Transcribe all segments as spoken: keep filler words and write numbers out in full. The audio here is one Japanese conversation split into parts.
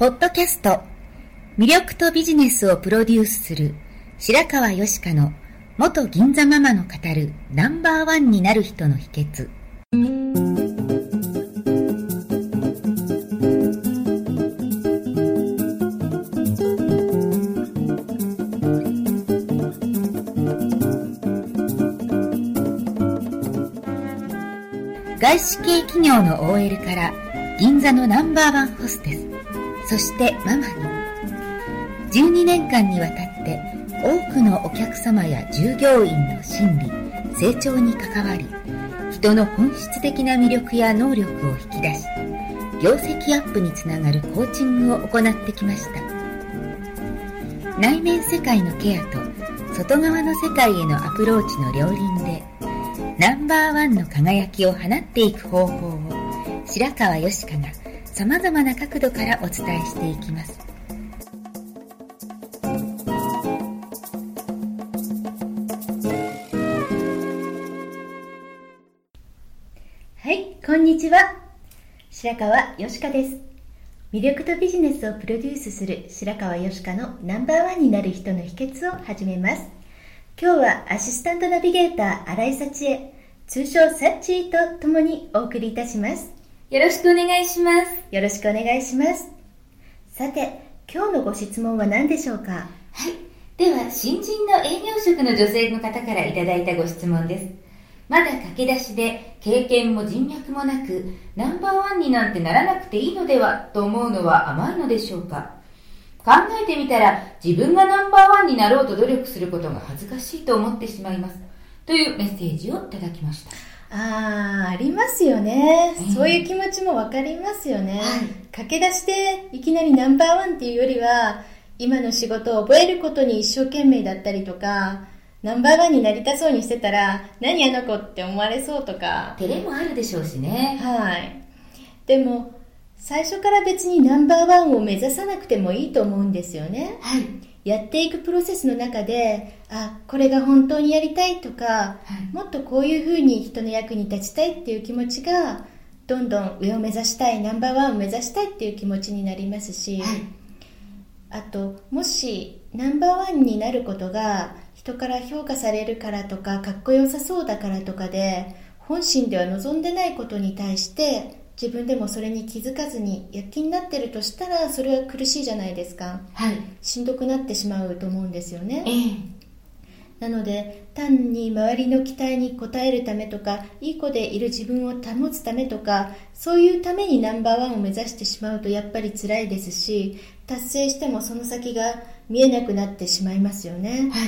ポッドキャスト、魅力とビジネスをプロデュースする白川よしかの元銀座ママの語るナンバーワンになる人の秘訣。外資系企業の オーエル から銀座のナンバーワンホステス、そしてママにじゅうにねんかんにわたって多くのお客様や従業員の心理、成長に関わり、人の本質的な魅力や能力を引き出し、業績アップにつながるコーチングを行ってきました。内面世界のケアと外側の世界へのアプローチの両輪でナンバーワンの輝きを放っていく方法を白川よしかがさまざまな角度からお伝えしていきます。 はい、こんにちは。白川よしかです。魅力とビジネスをプロデュースする白川よしかのナンバーワンになる人の秘訣を始めます。今日はアシスタントナビゲーター新井幸恵、通称サッチーと共にお送りいたします。 よろしくお願いします。 よろしくお願いします。さて、今日のご質問は何でしょうか？ はい、では新人の営業職の女性の方からいただいたご質問です。まだ駆け出しで経験も人脈もなくナンバーワンになんてならなくていいのではと思うのは甘いのでしょうか？考えてみたら自分がナンバーワンになろうと努力することが恥ずかしいと思ってしまいますというメッセージをいただきました。 あー、ありますよね、 えー、 そういう気持ちもわかりますよね、 はい、 駆け出していきなりナンバーワンっていうよりは今の仕事を覚えることに一生懸命だったりとか、ナンバーワンになりたそうにしてたら何あの子って思われそうとか照れもあるでしょうしね。 はい。でも最初から別にナンバーワンを目指さなくてもいいと思うんですよね。 はい。 やっていくプロセスの中で、あ、これが本当にやりたいとか、 はい、 もっとこういうふうに人の役に立ちたいっていう気持ちがどんどん上を目指したい、ナンバーワンを目指したいっていう気持ちになりますし、 はい、 あともしナンバーワンになることが人から評価されるからとか、かっこよさそうだからとかで本心では望んでないことに対して自分でもそれに気づかずに躍起になってるとしたら、それは苦しいじゃないですか。 はい、 しんどくなってしまうと思うんですよね。 えー、 なので単に周りの期待に応えるためとか、いい子でいる自分を保つためとか、そういうためにナンバーワンを目指してしまうとやっぱり辛いですし、達成してもその先が見えなくなってしまいますよね。 はい、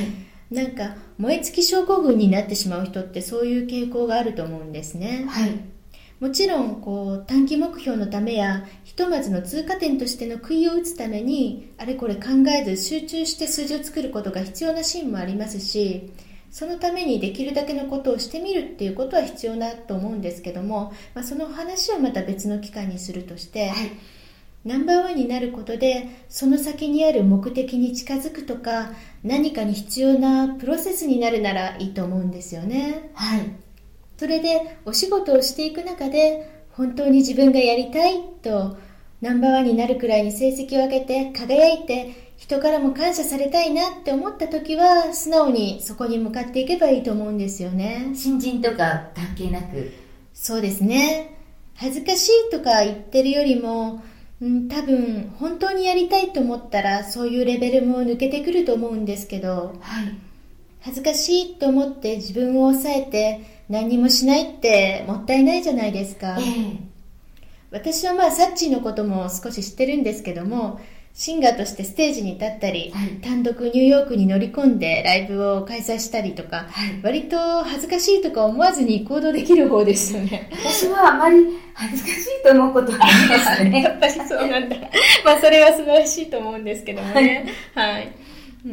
なんか燃え尽き症候群になってしまう人ってそういう傾向があると思うんですね。 はい、 もちろんこう短期目標のためやひとまずの通過点としての杭を打つためにあれこれ考えず集中して数字を作ることが必要なシーンもありますし、そのためにできるだけのことをしてみるっていうことは必要だと思うんですけども、まあ、その話はまた別の機会にするとして、 はい、 ナンバーワンになることでその先にある目的に近づくとか、何かに必要なプロセスになるならいいと思うんですよね。 はい、 それでお仕事をしていく中で本当に自分がやりたいとナンバーワンになるくらいに成績を上げて輝いて人からも感謝されたいなって思った時は素直にそこに向かっていけばいいと思うんですよね。 新人とか関係なく。 そうですね。恥ずかしいとか言ってるよりも、うん、多分本当にやりたいと思ったらそういうレベルも抜けてくると思うんですけど、 はい、 恥ずかしいと思って自分を抑えて何にもしないってもったいないじゃないですか。 えー、 私はまあサッチーのことも少し知ってるんですけども、シンガーとしてステージに立ったり、 はい、 単独ニューヨークに乗り込んでライブを開催したりとか、 はい、 割と恥ずかしいとか思わずに行動できる方ですよね。 私はあまり恥ずかしいと思うことはないですね。 やっぱりそうなんだ。まあそれは素晴らしいと思うんですけどもね。はい、はい、うん、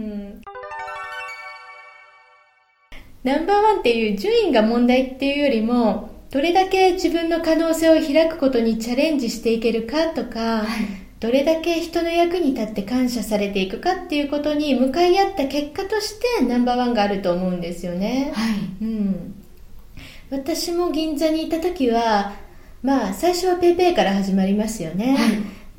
ナンバーワンっていう順位が問題っていうよりも、どれだけ自分の可能性を開くことにチャレンジしていけるかとか、 はい、 どれだけ人の役に立って感謝されていくかっていうことに向かい合った結果としてナンバーワンがあると思うんですよね。 はい、 うん、私も銀座にいた時は、まあ最初はペイペイから始まりますよね。 はい、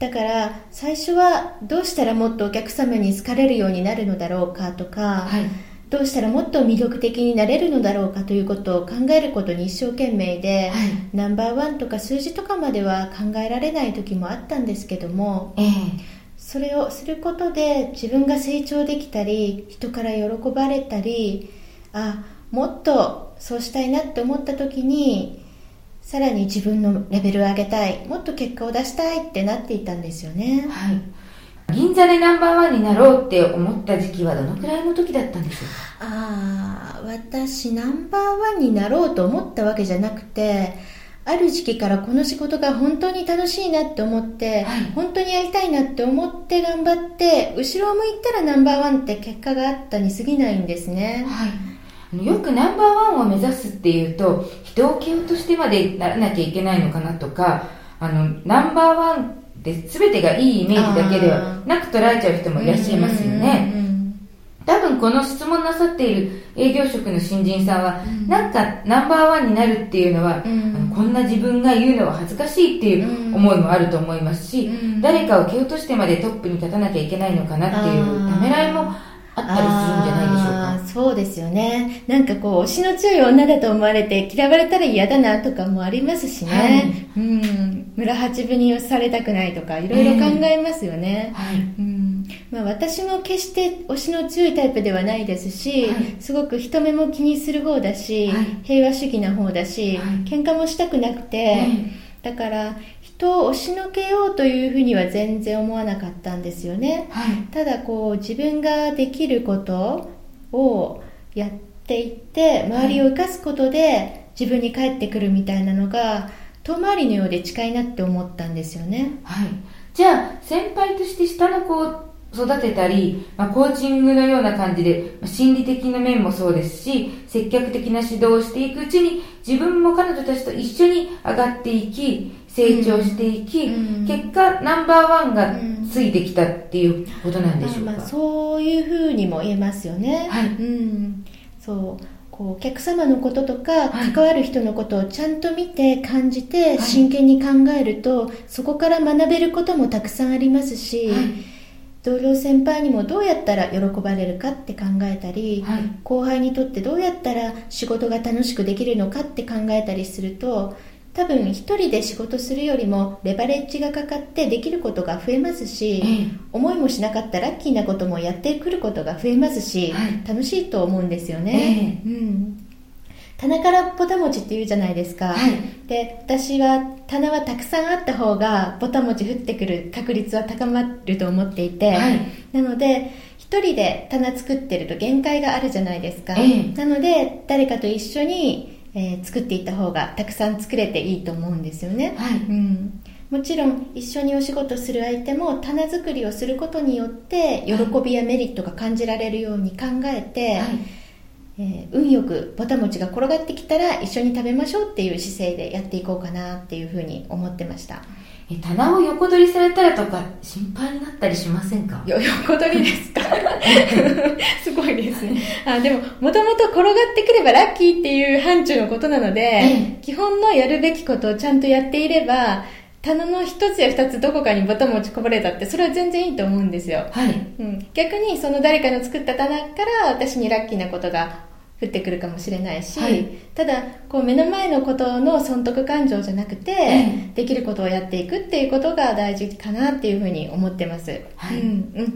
だから最初はどうしたらもっとお客様に好かれるようになるのだろうかとか、 はい、 どうしたらもっと魅力的になれるのだろうかということを考えることに一生懸命で、 はい、 ナンバーワンとか数字とかまでは考えられない時もあったんですけども、 ええ、 それをすることで自分が成長できたり、人から喜ばれたり、あ、もっとそうしたいなって思った時にさらに自分のレベルを上げたい、もっと結果を出したいってなっていたんですよね。 はい。銀座でナンバーワンになろうって思った時期はどのくらいの時だったんでしょうか？ ああ、私ナンバーワンになろうと思ったわけじゃなくて、ある時期からこの仕事が本当に楽しいなって思って、 はい、 本当にやりたいなって思って頑張って、後ろを向いたらナンバーワンって結果があったに過ぎないんですね。 はい。よくナンバーワンを目指すっていうと、人を蹴落としてまでならなきゃいけないのかなとか、あのナンバーワンで全てがいいイメージだけではなく捉えちゃう人もいらっしゃいますよね。 うんうんうん、 多分この質問なさっている営業職の新人さんは、うん、なんかナンバーワンになるっていうのは、うん、あのこんな自分が言うのは恥ずかしいっていう思いもあると思いますし、うん、誰かを蹴落としてまでトップに立たなきゃいけないのかなっていうためらいもあったりするんじゃないでしょうか。 そうですよね。なんかこう推しの強い女だと思われて嫌われたら嫌だなとかもありますしね、はい、うん、村八分にされたくないとかいろいろ考えますよね、 えーはい、 うん、まあ、私も決して推しの強いタイプではないですし、はい、すごく人目も気にする方だし、はい、平和主義な方だし、はい、喧嘩もしたくなくて、はい、だから人を押しのけようというふうには全然思わなかったんですよね、はい、ただこう自分ができることをやっていって周りを生かすことで自分に返ってくるみたいなのが遠回りのようで近いなって思ったんですよね、 はい、じゃあ先輩として下の子を育てたり、まあ、コーチングのような感じで、まあ、心理的な面もそうですし積極的な指導をしていくうちに自分も彼女たちと一緒に上がっていき成長していき、うん、結果ナンバーワンがついてきたっていうことなんでしょうか、 まあまあ、そういうふうにも言えますよね、 はい、 うん、そうこうお客様のこととか関わる人のことをちゃんと見て感じて真剣に考えると、はい、そこから学べることもたくさんありますし、はい、同僚先輩にもどうやったら喜ばれるかって考えたり、はい、後輩にとってどうやったら仕事が楽しくできるのかって考えたりすると多分一人で仕事するよりもレバレッジがかかってできることが増えますし、えー、思いもしなかったラッキーなこともやってくることが増えますし、はい、楽しいと思うんですよね、えーうん、棚からぼたもちって言うじゃないですか、はい、で私は棚はたくさんあった方がぼたもち降ってくる確率は高まると思っていて、はい、なので一人で棚作ってると限界があるじゃないですか、えー、なので誰かと一緒にえー、作っていった方がたくさん作れていいと思うんですよね、はい、うん、もちろん一緒にお仕事する相手も棚作りをすることによって喜びやメリットが感じられるように考えて、はい、えー、運よくぼたもちが転がってきたら一緒に食べましょうっていう姿勢でやっていこうかなっていうふうに思ってました。 え棚を横取りされたらとか心配になったりしませんか？ よ横取りですかすごいですね。あでももともと転がってくればラッキーっていう範疇のことなので、ええ、基本のやるべきことをちゃんとやっていれば棚の一つや二つどこかにボタン持ちこぼれたってそれは全然いいと思うんですよ、はい、うん、逆にその誰かの作った棚から私にラッキーなことが降ってくるかもしれないし、はい、ただこう目の前のことの損得感情じゃなくて、えー、できることをやっていくっていうことが大事かなっていうふうに思ってます、はい、うんうん、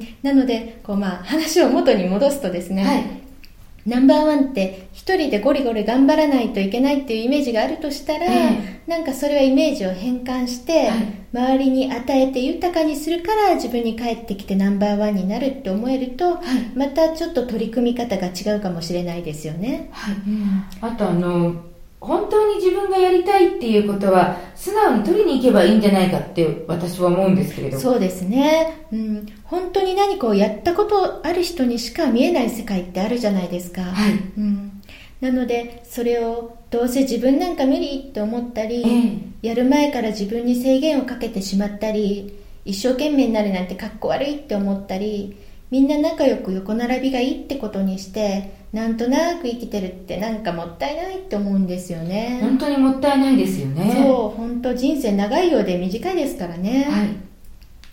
なのでこう、まあ、話を元に戻すとですね、はい、ナンバーワンって一人でゴリゴリ頑張らないといけないっていうイメージがあるとしたら、えー、なんかそれはイメージを変換して、はい、周りに与えて豊かにするから自分に返ってきてナンバーワンになるって思えると、はい、またちょっと取り組み方が違うかもしれないですよね、 はい、うん、あとあの本当に自分がやりたいっていうことは素直に取りに行けばいいんじゃないかって私は思うんですけれど。 そうですね、うん、本当に何かをやったことある人にしか見えない世界ってあるじゃないですか、はい、うん、なのでそれをどうせ自分なんか無理って思ったり、えー、やる前から自分に制限をかけてしまったり一生懸命になるなんてかっこ悪いって思ったりみんな仲良く横並びがいいってことにしてなんとなく生きてるってなんかもったいないって思うんですよね。 本当にもったいないですよね。 そう、本当人生長いようで短いですからね、 はい、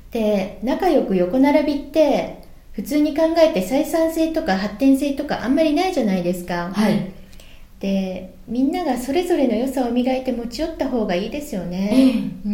で仲良く横並びって普通に考えて採算性とか発展性とかあんまりないじゃないですか。 はい。 でみんながそれぞれの良さを磨いて持ち寄った方がいいですよね、うん、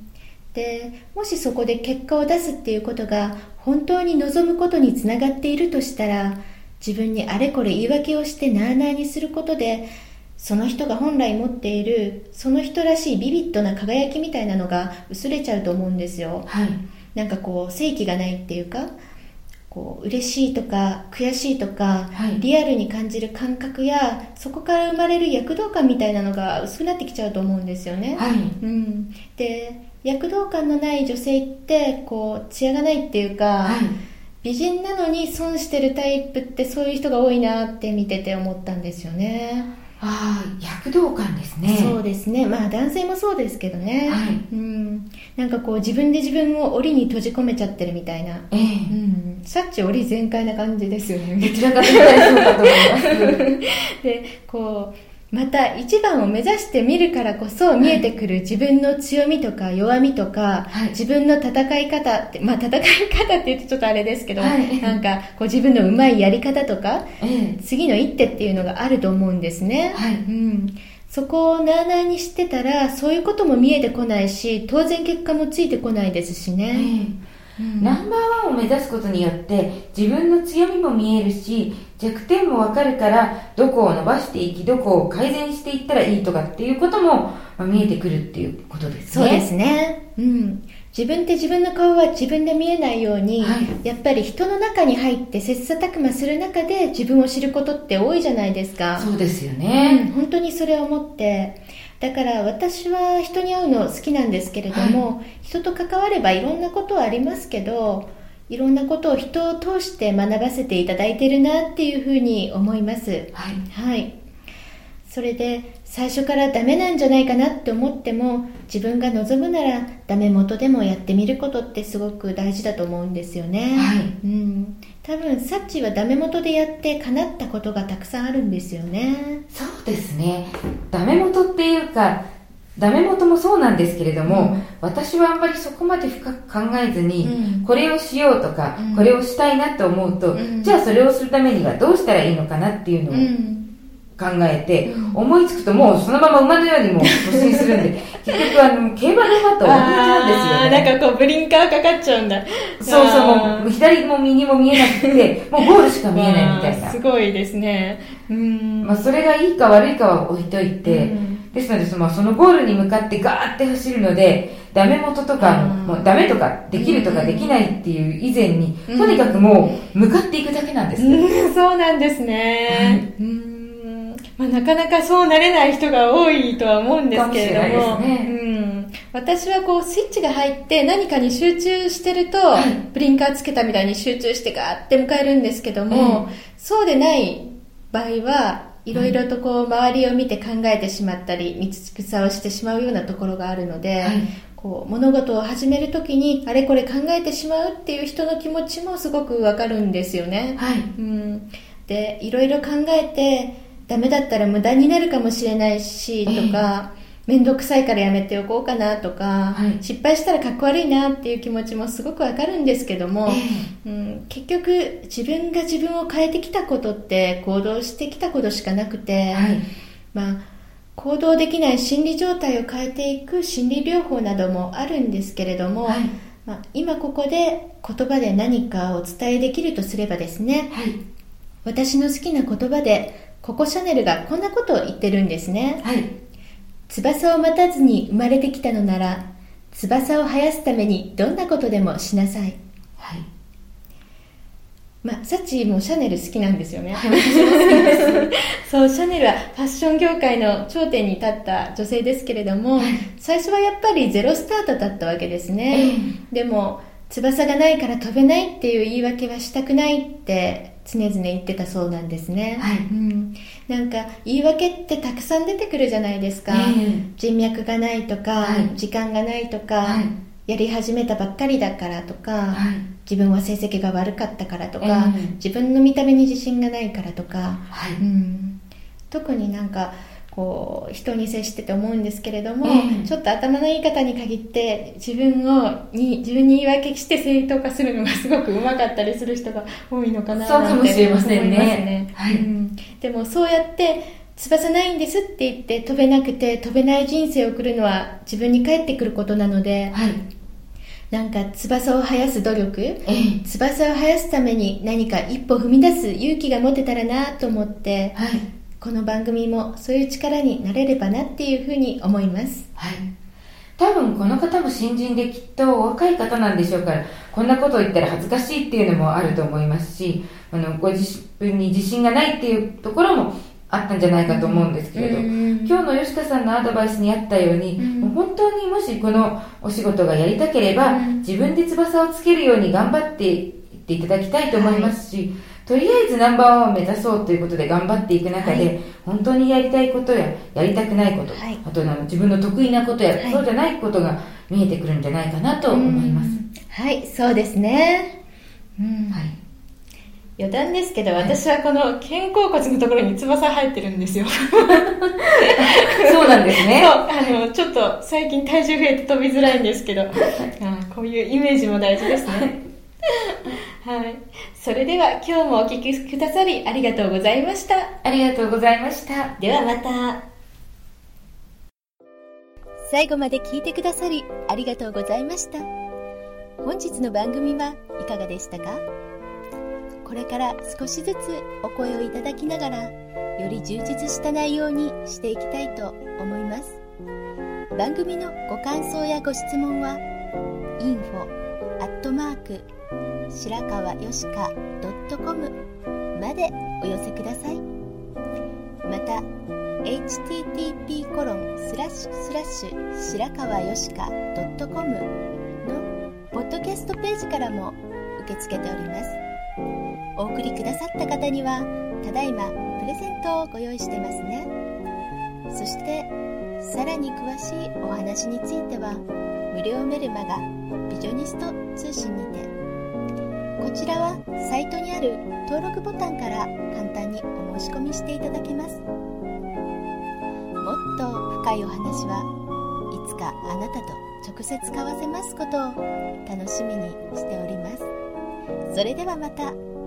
でもしそこで結果を出すっていうことが本当に望むことにつながっているとしたら、自分にあれこれ言い訳をしてなあなあにすることで、その人が本来持っているその人らしいビビッドな輝きみたいなのが薄れちゃうと思うんですよ、 はい、 なんかこう正気がないっていうか、こう嬉しいとか悔しいとか、はい、リアルに感じる感覚やそこから生まれる躍動感みたいなのが薄くなってきちゃうと思うんですよね、 はい、 うん、で躍動感のない女性ってこう艶がないっていうか、はい、美人なのに損してるタイプってそういう人が多いなって見てて思ったんですよね。 ああ、躍動感ですね。 そうですね。まあ男性もそうですけどね、 はい、 うん、なんかこう自分で自分を檻に閉じ込めちゃってるみたいな、 えーうん、さっち檻全開な感じですよね。 どちらかというとそうだと思いますでこうまた一番を目指してみるからこそ見えてくる自分の強みとか弱みとか、はい、自分の戦い方って、まあ戦い方って言うとちょっとあれですけど、はい、なんかこう自分のうまいやり方とか、ええ、次の一手っていうのがあると思うんですね、 はい、 うん、そこをなあなあにしてたらそういうことも見えてこないし、当然結果もついてこないですしね、 ええ、うん、ナンバーワンを目指すことによって自分の強みも見えるし弱点も分かるから、どこを伸ばしていきどこを改善していったらいいとかっていうことも見えてくるっていうことですね。 そうですね、うん、自分って自分の顔は自分で見えないように、はい、やっぱり人の中に入って切磋琢磨する中で自分を知ることって多いじゃないですか。 そうですよね、 うん、本当にそれを思って、だから私は人に会うの好きなんですけれども、はい、人と関わればいろんなことはありますけど、いろんなことを人を通して学ばせていただいているなっていうふうに思います、 はいはい、それで最初からダメなんじゃないかなって思っても、自分が望むならダメ元でもやってみることってすごく大事だと思うんですよね、 はい、 うん、多分サッチはダメ元でやって叶ったことがたくさんあるんですよね。 そうですね、ダメ元っていうかダメ元もそうなんですけれども、うん、私はあんまりそこまで深く考えずに、うん、これをしようとか、うん、これをしたいなと思うと、うん、じゃあそれをするためにはどうしたらいいのかなっていうのを考えて、うん、思いつくともうそのまま馬のようにも突進するんで結局あの競馬の馬と同じなんですよね。 なんかこうブリンカーかかっちゃうんだ。 そうそう、もう左も右も見えなくてもうゴールしか見えないみたいな。 すごいですね。うーん、 まあ、それがいいか悪いかは置いといて、うんですので、まあ、そのゴールに向かってガーって走るのでダメ元とか、もうダメとかできるとかできないっていう以前に、うん、とにかくもう向かっていくだけなんです、 うん、そうなんですね、はい、うーん、まあ、なかなかそうなれない人が多いとは思うんですけれども、 ね、 うん、私はこうスイッチが入って何かに集中してると、はい、ブリンカーつけたみたいに集中してガーって迎えるんですけども、うん、そうでない場合はいろいろとこう周りを見て考えてしまったり道草をしてしまうようなところがあるので、はい、こう物事を始めるときにあれこれ考えてしまうっていう人の気持ちもすごくわかるんですよね、 はい、 うん、でいろいろ考えてダメだったら無駄になるかもしれないしとか、えー面倒くさいからやめておこうかなとか、はい、失敗したらかっこ悪いなっていう気持ちもすごくわかるんですけども、えーうん、結局自分が自分を変えてきたことって行動してきたことしかなくて、はい、まあ、行動できない心理状態を変えていく心理療法などもあるんですけれども、はい、まあ、今ここで言葉で何かをお伝えできるとすればですね、はい、私の好きな言葉でココ・シャネルがこんなことを言ってるんですね、 はい、 翼を待たずに生まれてきたのなら翼を生やすためにどんなことでもしなさい、 はい、 まあ、サチもシャネル好きなんですよね、 はい、私も好きですそう、シャネルはファッション業界の頂点に立った女性ですけれども、はい、最初はやっぱりゼロスタートだったわけですね、えー、でも翼がないから飛べないっていう言い訳はしたくないって常々言ってたそうなんですね、 はい、 うん、なんか言い訳ってたくさん出てくるじゃないですか、 えー、 人脈がないとか、はい、時間がないとか、はい、やり始めたばっかりだからとか、はい、自分は成績が悪かったからとか、えー、自分の見た目に自信がないからとか、 はい、 うん、特になんかこう人に接してて思うんですけれども、 ええ、 ちょっと頭のいい方に限って自分をに自分に言い訳して正当化するのがすごくうまかったりする人が多いのかなそうかもしれませんね。 思いますね。 はい。 うん、でもそうやって翼ないんですって言って飛べなくて飛べない人生を送るのは自分に返ってくることなので、 はい、 なんか翼を生やす努力、 ええ、 翼を生やすために何か一歩踏み出す勇気が持てたらなと思って、 はい、 この番組もそういう力になれればなっていうふうに思います。 はい。多分この方も新人できっと若い方なんでしょうから、こんなことを言ったら恥ずかしいっていうのもあると思いますし、あのご自分に自信がないっていうところもあったんじゃないかと思うんですけれど、うん、今日の吉川さんのアドバイスにあったように、うん、もう本当にもしこのお仕事がやりたければ、うん、自分で翼をつけるように頑張っていっていただきたいと思いますし、はい、とりあえずナンバーワンを目指そうということで頑張っていく中で、はい、本当にやりたいことややりたくないこと、はい、あとの自分の得意なことや、はい、そうじゃないことが見えてくるんじゃないかなと思います。 はい、そうですね。うん、はい。余談ですけど、私はこの肩甲骨のところに翼生えてるんですよ。 そうなんですね。 そう、あのちょっと最近体重増えて飛びづらいんですけど、あこういうイメージも大事ですね。はい。それでは今日もお聞きくださりありがとうございました。 ありがとうございました。 ではまた。最後まで聞いてくださりありがとうございました。本日の番組はいかがでしたか？これから少しずつお声をいただきながら、より充実した内容にしていきたいと思います。番組のご感想やご質問は インフォ アットマーク 白川よしか ドットコム までお寄せください。また エイチティーティーピーコロンスラッシュスラッシュ 白川よしか ドットコム のポッドキャストページからも受け付けております。お送りくださった方にはただいまプレゼントをご用意してますね。そしてさらに詳しいお話については無料メルマガビジョニスト通信にて、こちらはサイトにある登録ボタンから簡単にお申し込みしていただけます。もっと深いお話はいつかあなたと直接交わせますことを楽しみにしております。それではまた。